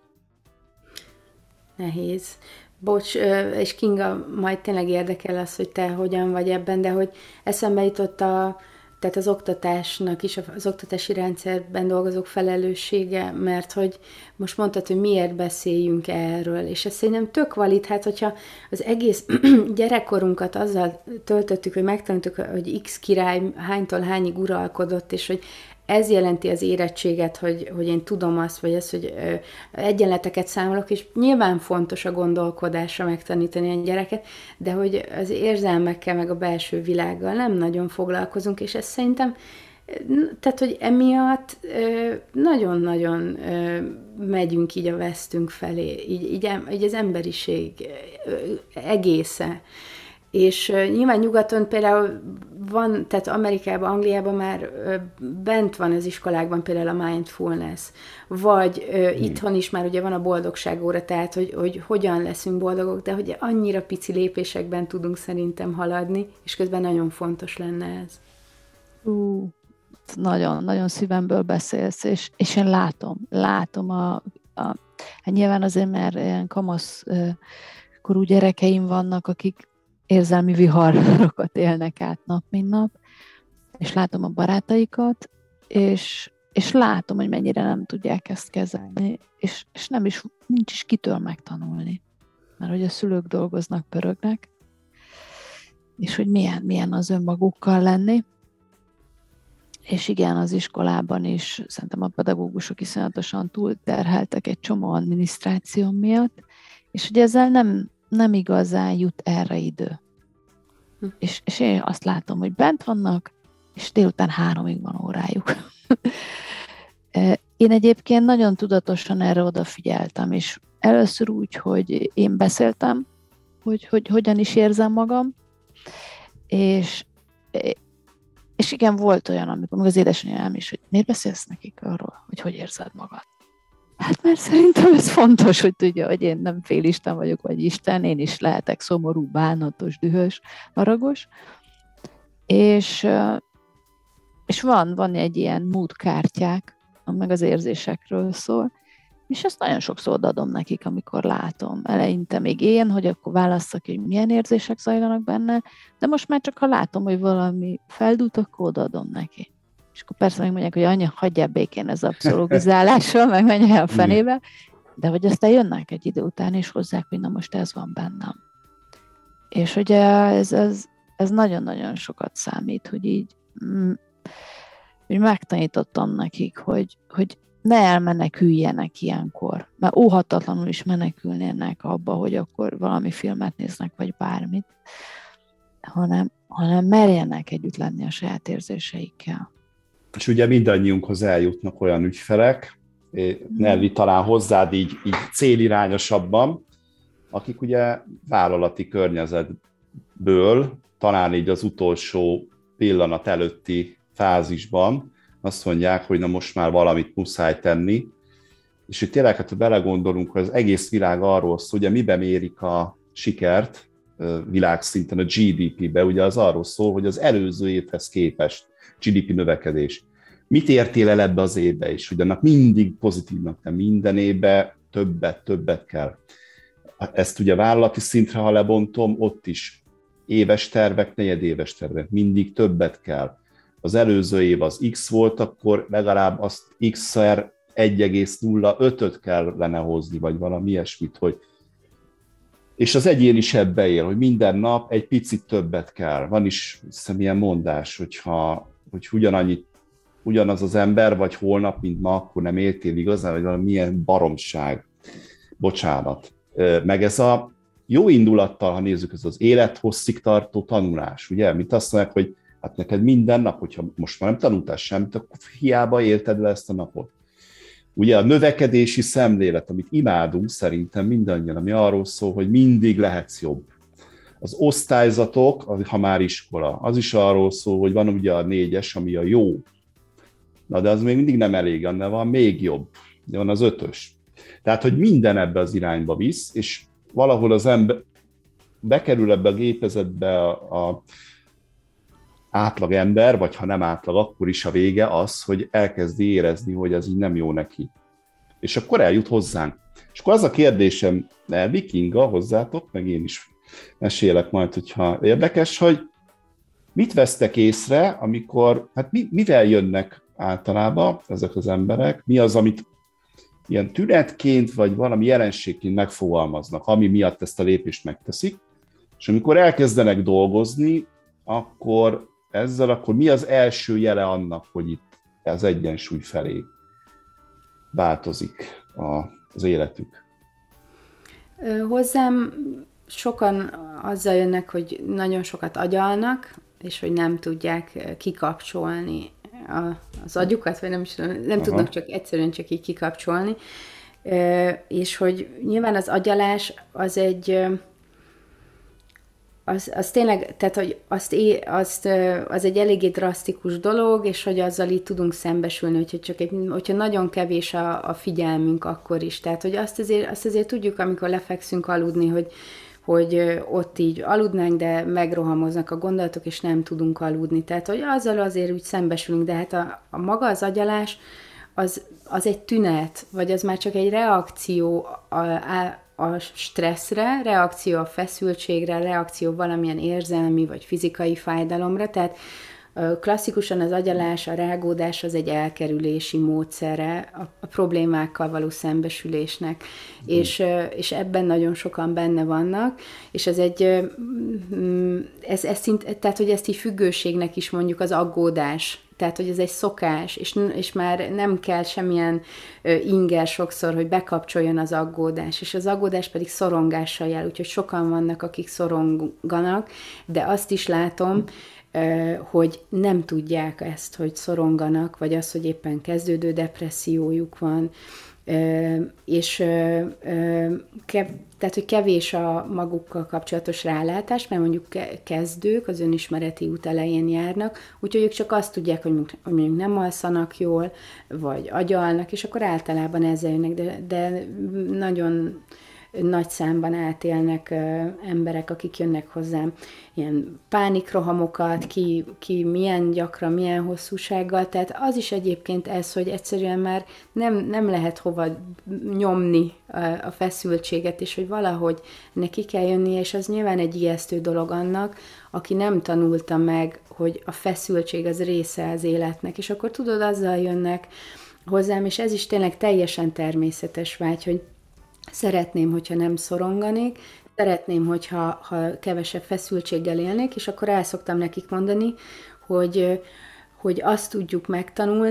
Nehéz. Bocs, és Kinga, majd tényleg érdekel az, hogy te hogyan vagy ebben, de hogy eszembe jutott tehát az oktatásnak is, az oktatási rendszerben dolgozók felelőssége, mert hogy most mondtad, hogy miért beszéljünk erről, és ez szerintem tök valid, hát hogyha az egész gyerekkorunkat azzal töltöttük, hogy megtanultuk, hogy X király hánytól hányig uralkodott, és hogy ez jelenti az érettséget, hogy én tudom azt, vagy az, hogy egyenleteket számolok, és nyilván fontos a gondolkodásra megtanítani a gyereket, de hogy az érzelmekkel, meg a belső világgal nem nagyon foglalkozunk, és ez szerintem, tehát, hogy emiatt nagyon-nagyon megyünk így a vesztünk felé, így az emberiség egésze. És nyilván nyugaton például van, tehát Amerikában, Angliában már bent van az iskolákban például a mindfulness, vagy itthon is már ugye van a boldogságóra, tehát hogy hogyan leszünk boldogok, de hogy annyira pici lépésekben tudunk szerintem haladni, és közben nagyon fontos lenne ez. Nagyon, nagyon szívemből beszélsz, és én látom hát nyilván azért, mert ilyen kamasz korú gyerekeim vannak, akik érzelmi viharokat élnek át nap, mint nap, és látom a barátaikat, és látom, hogy mennyire nem tudják ezt kezelni, és nincs is kitől megtanulni. Mert hogy a szülők dolgoznak, pörögnek, és hogy milyen az önmagukkal lenni. És igen, az iskolában is szerintem a pedagógusok iszonyatosan túlterheltek egy csomó adminisztráció miatt, és hogy ezzel nem igazán jut erre idő. És én azt látom, hogy bent vannak, és délután 3-ig van órájuk. Én egyébként nagyon tudatosan erre odafigyeltem, és először úgy, hogy én beszéltem, hogy hogyan is érzem magam, és igen, volt olyan, amikor az édesanyám is, hogy miért beszélsz nekik arról, hogy érzed magad. Hát mert szerintem ez fontos, hogy tudja, hogy én nem félisten vagyok, vagy Isten, én is lehetek szomorú, bánatos, dühös, haragos. És van egy ilyen módkártyák, meg az érzésekről szól, és ezt nagyon sokszor adom nekik, amikor látom. Eleinte még én, hogy akkor válasszak, hogy milyen érzések zajlanak benne, de most már csak ha látom, hogy valami feldút, akkor odaadom neki. És akkor persze megmondják, hogy anya, hagyjál békén ez a pszichológizálással, meg menj el a fenébe, de hogy aztán jönnek egy idő után, és hozzák, hogy na most ez van bennem. És ugye ez nagyon-nagyon sokat számít, hogy így hogy megtanítottam nekik, hogy ne elmeneküljenek ilyenkor, mert óhatatlanul is menekülnének abba, hogy akkor valami filmet néznek, vagy bármit, hanem merjenek együtt lenni a saját érzéseikkel. És ugye mindannyiunkhoz eljutnak olyan ügyfelek, Nelly talán hozzád így célirányosabban, akik ugye vállalati környezetből, talán így az utolsó pillanat előtti fázisban azt mondják, hogy na most már valamit muszáj tenni, és hogy tényleg, ha belegondolunk, hogy az egész világ arról szól, ugye miben mérik a sikert világszinten a GDP-be, ugye az arról szól, hogy az előző évhez képest GDP növekedés. Mit értél el ebbe az évbe is? Hogy annak mindig pozitívnak, nem minden évben többet kell. Ezt ugye vállalati szintre, ha lebontom, ott is éves tervek, negyedéves tervek, mindig többet kell. Az előző év az X volt, akkor legalább azt X-szer 1,05-öt kellene hozni, vagy valami ilyesmit, hogy és az egyén is ebbe él, hogy minden nap egy picit többet kell. Van is hiszem ilyen mondás, hogy ugyanaz az ember, vagy holnap, mint ma, akkor nem éltél igazán, vagy valamilyen baromság. Bocsánat. Meg ez a jó indulattal, ha nézzük, ez az élethosszig tartó tanulás, ugye? Mint azt mondják, hogy hát neked minden nap, hogyha most már nem tanultál semmit, akkor hiába élted le ezt a napot. Ugye a növekedési szemlélet, amit imádunk szerintem mindannyian, ami arról szól, hogy mindig lehetsz jobb. Az osztályzatok, ha már iskola, az is arról szól, hogy van ugye a 4-es, ami a jó. Na de az még mindig nem elég, annál van még jobb. De van az 5-ös. Tehát, hogy minden ebbe az irányba visz, és valahol az ember bekerül ebbe a gépezetbe a átlag ember, vagy ha nem átlag, akkor is a vége az, hogy elkezdi érezni, hogy ez így nem jó neki. És akkor eljut hozzánk. És akkor az a kérdésem, Nelly, Kinga, hozzátok, meg én is mesélek majd, hogyha érdekes, hogy mit vesztek észre, amikor, hát mivel jönnek általában ezek az emberek, mi az, amit ilyen tünetként, vagy valami jelenségként megfogalmaznak, ami miatt ezt a lépést megteszik, és amikor elkezdenek dolgozni, akkor mi az első jele annak, hogy itt az egyensúly felé változik az életük? Hozzám sokan azzal jönnek, hogy nagyon sokat agyalnak, és hogy nem tudják kikapcsolni az agyukat, vagy nem tudnak egyszerűen csak így kikapcsolni, és hogy nyilván az agyalás az az tényleg, tehát hogy az egy eléggé drasztikus dolog, és hogy azzal így tudunk szembesülni, hogyha nagyon kevés a figyelmünk akkor is. Tehát, hogy azt azért tudjuk, amikor lefekszünk aludni, hogy ott így aludnánk, de megrohamoznak a gondolatok, és nem tudunk aludni. Tehát, hogy azzal azért úgy szembesülünk, de hát a maga az agyalás, az egy tünet, vagy az már csak egy reakció a stresszre, reakció a feszültségre, reakció valamilyen érzelmi vagy fizikai fájdalomra, tehát klasszikusan az agyalás, a rágódás az egy elkerülési módszere a problémákkal való szembesülésnek, és ebben nagyon sokan benne vannak, és tehát, hogy ezt így függőségnek is mondjuk az aggódás, tehát, hogy ez egy szokás, és már nem kell semmilyen inger sokszor, hogy bekapcsoljon az aggódás, és az aggódás pedig szorongással jár, úgyhogy sokan vannak, akik szoronganak, de azt is látom, hogy nem tudják ezt, hogy szoronganak, vagy az, hogy éppen kezdődő depressziójuk van, tehát, hogy kevés a magukkal kapcsolatos rálátás, mert mondjuk kezdők az önismereti út elején járnak, úgyhogy ők csak azt tudják, hogy mondjuk nem alszanak jól, vagy agyalnak, és akkor általában ezzel jönnek, de nagyon nagy számban átélnek emberek, akik jönnek hozzám ilyen pánikrohamokat, ki milyen gyakran, milyen hosszúsággal, tehát az is egyébként ez, hogy egyszerűen már nem lehet hova nyomni a feszültséget, és hogy valahogy neki kell jönnie, és az nyilván egy ijesztő dolog annak, aki nem tanulta meg, hogy a feszültség az része az életnek, és akkor tudod, azzal jönnek hozzám, és ez is tényleg teljesen természetes vágy, hogy szeretném, hogyha nem szoronganék, szeretném, hogyha kevesebb feszültséggel élnék, és akkor el szoktam nekik mondani, hogy azt tudjuk megtanulni,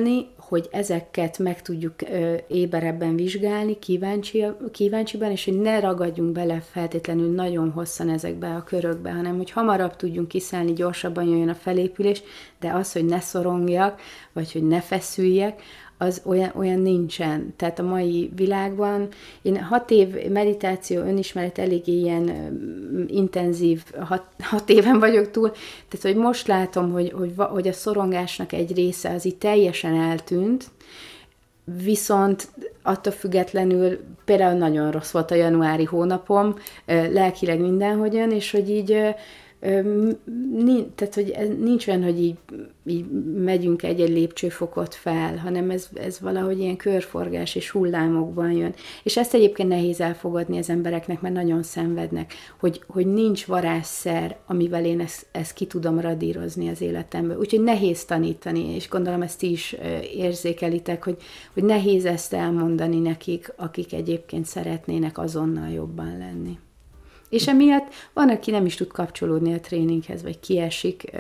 hogy ezeket meg tudjuk éberebben vizsgálni, kíváncsiban, és hogy ne ragadjunk bele feltétlenül nagyon hosszan ezekbe a körökbe, hanem hogy hamarabb tudjunk kiszállni, gyorsabban jöjjön a felépülés, de az, hogy ne szorongjak, vagy hogy ne feszüljek, az olyan nincsen. Tehát a mai világban én 6 év meditáció, önismeret eléggé ilyen intenzív, 6 éven vagyok túl, tehát hogy most látom, hogy a szorongásnak egy része az így teljesen eltűnt, viszont attól függetlenül például nagyon rossz volt a januári hónapom, lelkileg mindenhogyan, és hogy így tehát, hogy nincs olyan, hogy így megyünk egy lépcsőfokot fel, hanem ez valahogy ilyen körforgás és hullámokban jön. És ezt egyébként nehéz elfogadni az embereknek, mert nagyon szenvednek, hogy nincs varázsszer, amivel én ezt ki tudom radírozni az életemből. Úgyhogy nehéz tanítani, és gondolom ezt ti is érzékelitek, hogy nehéz ezt elmondani nekik, akik egyébként szeretnének azonnal jobban lenni. És emiatt van, aki nem is tud kapcsolódni a tréninghez, vagy kiesik,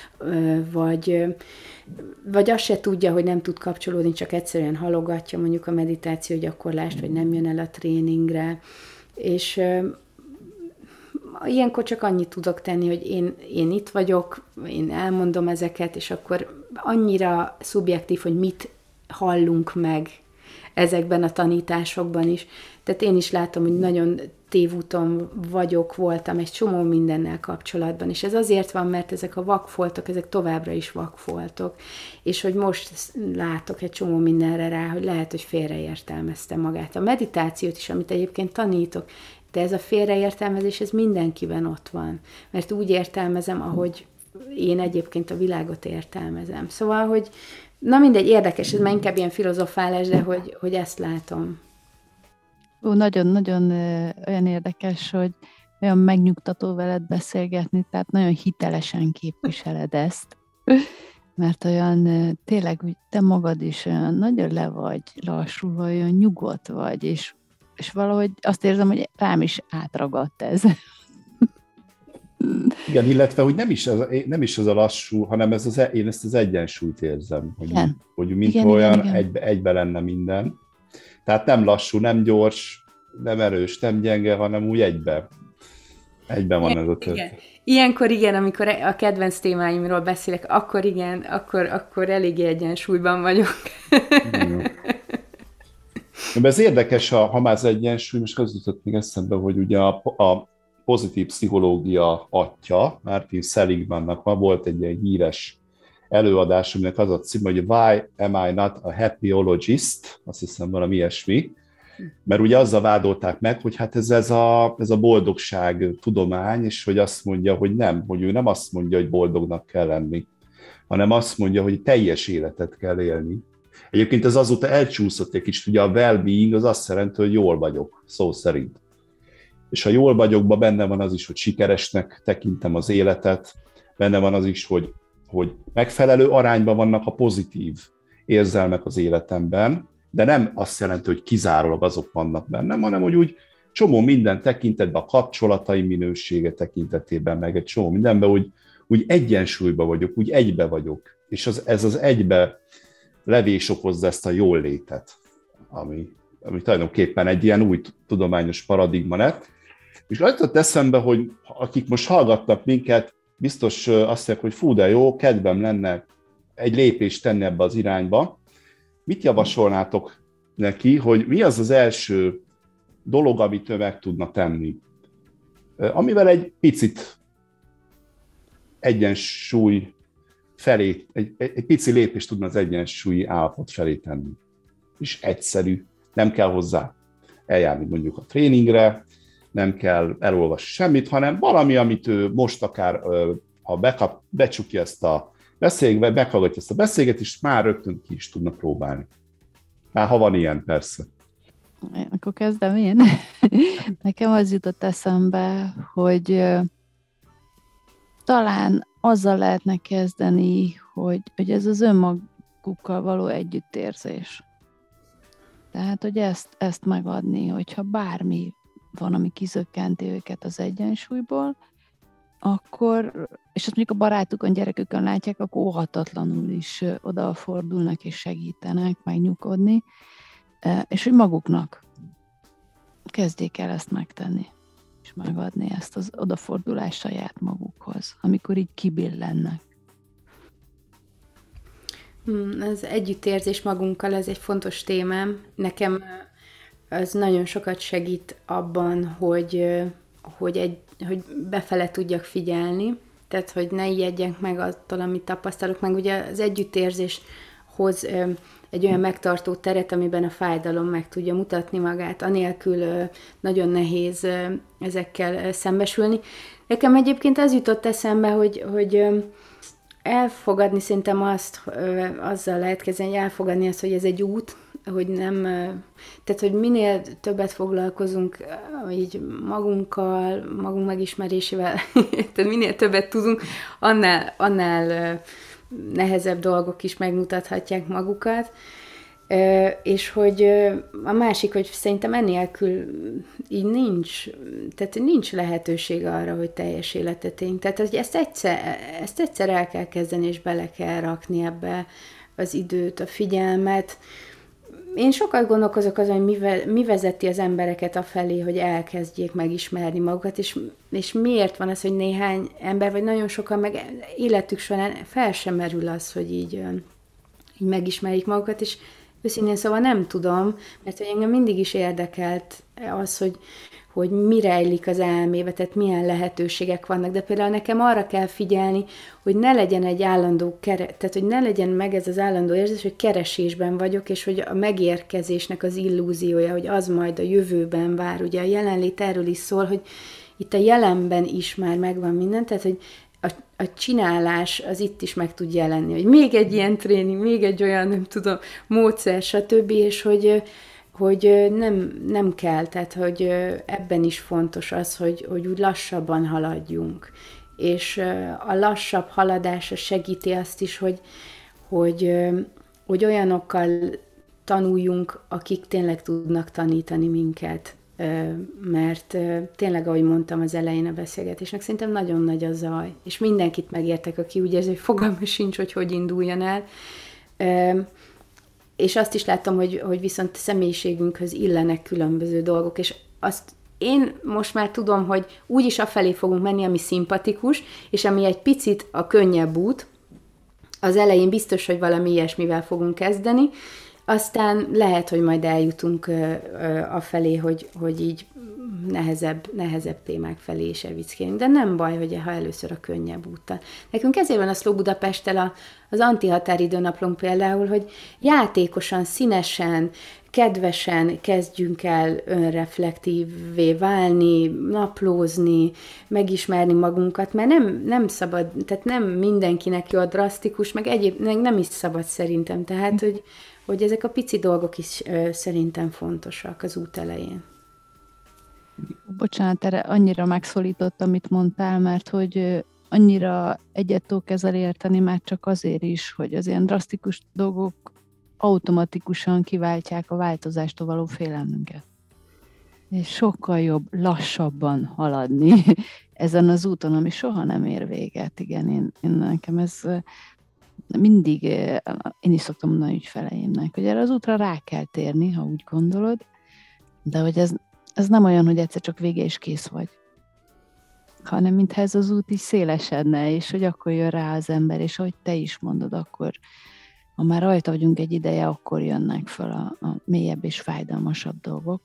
vagy azt se tudja, hogy nem tud kapcsolódni, csak egyszerűen halogatja mondjuk a meditáció gyakorlást, vagy nem jön el a tréningre. És ilyenkor csak annyit tudok tenni, hogy én itt vagyok, én elmondom ezeket, és akkor annyira szubjektív, hogy mit hallunk meg ezekben a tanításokban is. Tehát én is látom, hogy nagyon tévúton voltam egy csomó mindennel kapcsolatban, és ez azért van, mert ezek a vakfoltok, ezek továbbra is vakfoltok, és hogy most látok egy csomó mindenre rá, hogy lehet, hogy félreértelmezte magát. A meditációt is, amit egyébként tanítok, de ez a félreértelmezés, ez mindenkiben ott van, mert úgy értelmezem, ahogy én egyébként a világot értelmezem. Szóval, hogy na mindegy, érdekes, ez már inkább ilyen filozofálás, de hogy ezt látom. Nagyon-nagyon olyan érdekes, hogy olyan megnyugtató veled beszélgetni, tehát nagyon hitelesen képviseled ezt, mert olyan tényleg, hogy te magad is olyan nagyon le vagy lassulva, olyan nyugodt vagy, és valahogy azt érzem, hogy rám is átragadt ez. Igen, illetve, hogy nem is az a lassú, hanem én ezt az egyensúlyt érzem, hogy mint igen, olyan igen. Egybe lenne minden. Tehát nem lassú, nem gyors, nem erős, nem gyenge, hanem úgy egyben van ez a történet. Ilyenkor igen, amikor a kedvenc témáimról beszélek, akkor igen, akkor eléggé egyensúlyban vagyok. De ez érdekes, ha már az egyensúly, most az jutott még eszembe, hogy ugye a pozitív pszichológia atya, Martin Seligmannak volt egy ilyen híres előadás, aminek az a cím, hogy Why am I not a happyologist? Azt hiszem valami ilyesmi. Mert ugye azzal vádolták meg, hogy hát ez a boldogság tudomány, és hogy azt mondja, hogy nem, hogy ő nem azt mondja, hogy boldognak kell lenni, hanem azt mondja, hogy teljes életet kell élni. Egyébként ez azóta elcsúszott egy kicsit, ugye a well-being az azt jelenti, hogy jól vagyok, szó szerint. És ha jól vagyok, benne van az is, hogy sikeresnek tekintem az életet, benne van az is, hogy megfelelő arányban vannak a pozitív érzelmek az életemben, de nem azt jelenti, hogy kizárólag azok vannak bennem, hanem hogy úgy csomó minden tekintetben, a kapcsolataim minősége tekintetében, meg egy csomó mindenben, úgy egyensúlyban vagyok, úgy egybe vagyok. És ez az egybe levés okozza ezt a jól létet, ami tulajdonképpen egy ilyen új tudományos paradigma lett. És azt jutott eszembe, hogy akik most hallgatnak minket, biztos azt mondják, hogy fú, de jó, kedvem lenne egy lépést tenni ebbe az irányba. Mit javasolnátok neki, hogy mi az az első dolog, amit ő meg tudna tenni? Amivel egy picit egyensúly felé, egy pici lépést tudna az egyensúlyi állapot felé tenni. És egyszerű, nem kell hozzá eljárni mondjuk a tréningre, nem kell elolvasni semmit, hanem valami, amit ő most akár, ha becsukja ezt a beszélgetést, meghallgatja ezt a beszélgetést, már rögtön ki is tudna próbálni. Már ha van ilyen, persze. Akkor kezdem én. Nekem az jutott eszembe, hogy talán azzal lehetne kezdeni, hogy ez az önmagukkal való együttérzés. Tehát, hogy ezt megadni, hogyha bármi van, ami kizökkenti őket az egyensúlyból, akkor, és azt mondjuk a barátukon, gyerekükön látják, akkor óhatatlanul is odafordulnak és segítenek megnyugodni, és hogy maguknak kezdjék el ezt megtenni, és megadni ezt az odafordulást saját magukhoz, amikor így kibillennek. Az együttérzés magunkkal, ez egy fontos témám. Nekem az nagyon sokat segít abban, hogy befele tudjak figyelni, tehát hogy ne ijedjek meg attól, amit tapasztalok, meg ugye az együttérzés hoz egy olyan megtartó teret, amiben a fájdalom meg tudja mutatni magát, anélkül nagyon nehéz ezekkel szembesülni. Nekem egyébként az jutott eszembe, hogy elfogadni szerintem azzal lehet kezdeni, hogy elfogadni azt, hogy ez egy út, hogy nem, tehát hogy minél többet foglalkozunk így magunkkal, magunk megismerésével, tehát minél többet tudunk, annál nehezebb dolgok is megmutathatják magukat, és hogy a másik, hogy szerintem ennélkül így nincs, nincs lehetőség arra, hogy teljes életet éljünk. Tehát, hogy ezt egyszer el kell kezdeni, és bele kell rakni ebbe az időt, a figyelmet. Én sokat gondolkozok azon, hogy mi vezeti az embereket afelé, hogy elkezdjék megismerni magukat, és miért van az, hogy néhány ember, vagy nagyon sokan meg életük során fel sem merül az, hogy így megismerjék magukat, és őszintén szóval nem tudom, mert hogy engem mindig is érdekelt az, hogy mi rejlik az elmébe, tehát milyen lehetőségek vannak, de például nekem arra kell figyelni, hogy ne legyen egy állandó tehát hogy ne legyen meg ez az állandó érzés, hogy keresésben vagyok, és hogy a megérkezésnek az illúziója, hogy az majd a jövőben vár. Ugye a jelenlét erről is szól, hogy itt a jelenben is már megvan minden, tehát hogy a csinálás az itt is meg tud jelenni, hogy még egy ilyen tréning, még egy olyan, nem tudom, módszer, stb., és hogy nem kell, tehát hogy ebben is fontos az, hogy úgy lassabban haladjunk. És a lassabb haladás segíti azt is, hogy olyanokkal tanuljunk, akik tényleg tudnak tanítani minket. Mert tényleg, ahogy mondtam az elején a beszélgetésnek, szerintem nagyon nagy a zaj, és mindenkit megértek, aki úgy érzi, hogy fogalma sincs, hogy induljon el. És azt is láttam, hogy viszont személyiségünkhöz illenek különböző dolgok, és azt én most már tudom, hogy úgyis afelé fogunk menni, ami szimpatikus, és ami egy picit a könnyebb út. Az elején biztos, hogy valami ilyesmivel fogunk kezdeni, aztán lehet, hogy majd eljutunk afelé, hogy így nehezebb témák felé is elvickélünk. De nem baj, ha először a könnyebb úttal. Nekünk ezért van a Slow Budapesttel az antihatáridőnaplónk például, hogy játékosan, színesen, kedvesen kezdjünk el önreflektívvé válni, naplózni, megismerni magunkat, mert nem szabad, tehát nem mindenkinek jó a drasztikus, meg nem is szabad szerintem. Tehát, hogy ezek a pici dolgok is szerintem fontosak az út elején. Bocsánat, erre annyira megszólított, amit mondtál, mert hogy annyira egyet tudok ezzel érteni, már csak azért is, hogy az ilyen drasztikus dolgok automatikusan kiváltják a változástól való félelmünket. És sokkal jobb lassabban haladni ezen az úton, ami soha nem ér véget. Igen, én nekem ez mindig, én is szoktam mondani ügyfeleimnek, hogy erre az útra rá kell térni, ha úgy gondolod, de hogy ez nem olyan, hogy egyszer csak vége és kész vagy, hanem mintha ez az út is szélesedne, és hogy akkor jön rá az ember, és ahogy te is mondod, akkor, ha már rajta vagyunk egy ideje, akkor jönnek fel a mélyebb és fájdalmasabb dolgok.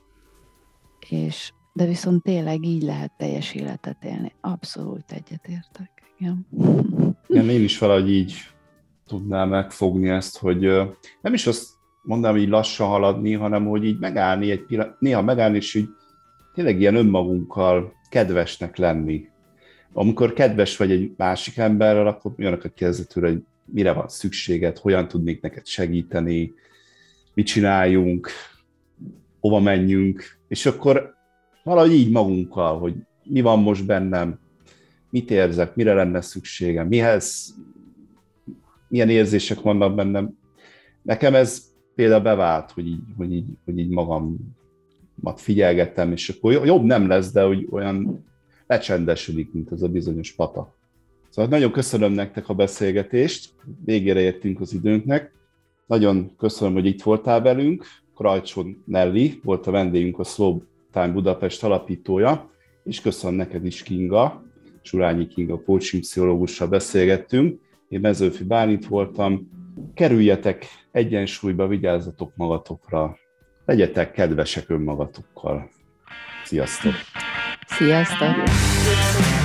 De viszont tényleg így lehet teljes életet élni. Abszolút egyetértek. Igen. Igen, én is valahogy így tudnám megfogni ezt, hogy nem is azt mondanám, hogy lassan haladni, hanem hogy így megállni néha megállni, és így tényleg ilyen önmagunkkal kedvesnek lenni. Amikor kedves vagy egy másik emberrel, akkor jönnek a kérdezetőre, hogy mire van szükséged, hogyan tudnék neked segíteni, mit csináljunk, hova menjünk, és akkor valahogy így magunkkal, hogy mi van most bennem, mit érzek, mire lenne szükségem, milyen érzések vannak bennem. Nekem ez például bevált, hogy így magamat figyelgettem, és akkor jobb nem lesz, de hogy olyan lecsendesülik, mint az a bizonyos patak. Szóval nagyon köszönöm nektek a beszélgetést, végére értünk az időnknek. Nagyon köszönöm, hogy itt voltál velünk. Krajcson Nelly volt a vendégünk, a Slow Time Budapest alapítója, és köszönöm neked is, Kinga. Surányi Kinga coaching pszichológussal beszélgettünk. Én Mezőfi Bálint voltam. Kerüljetek egyensúlyba, vigyázzatok magatokra, legyetek kedvesek önmagatokkal. Sziasztok! Sziasztok!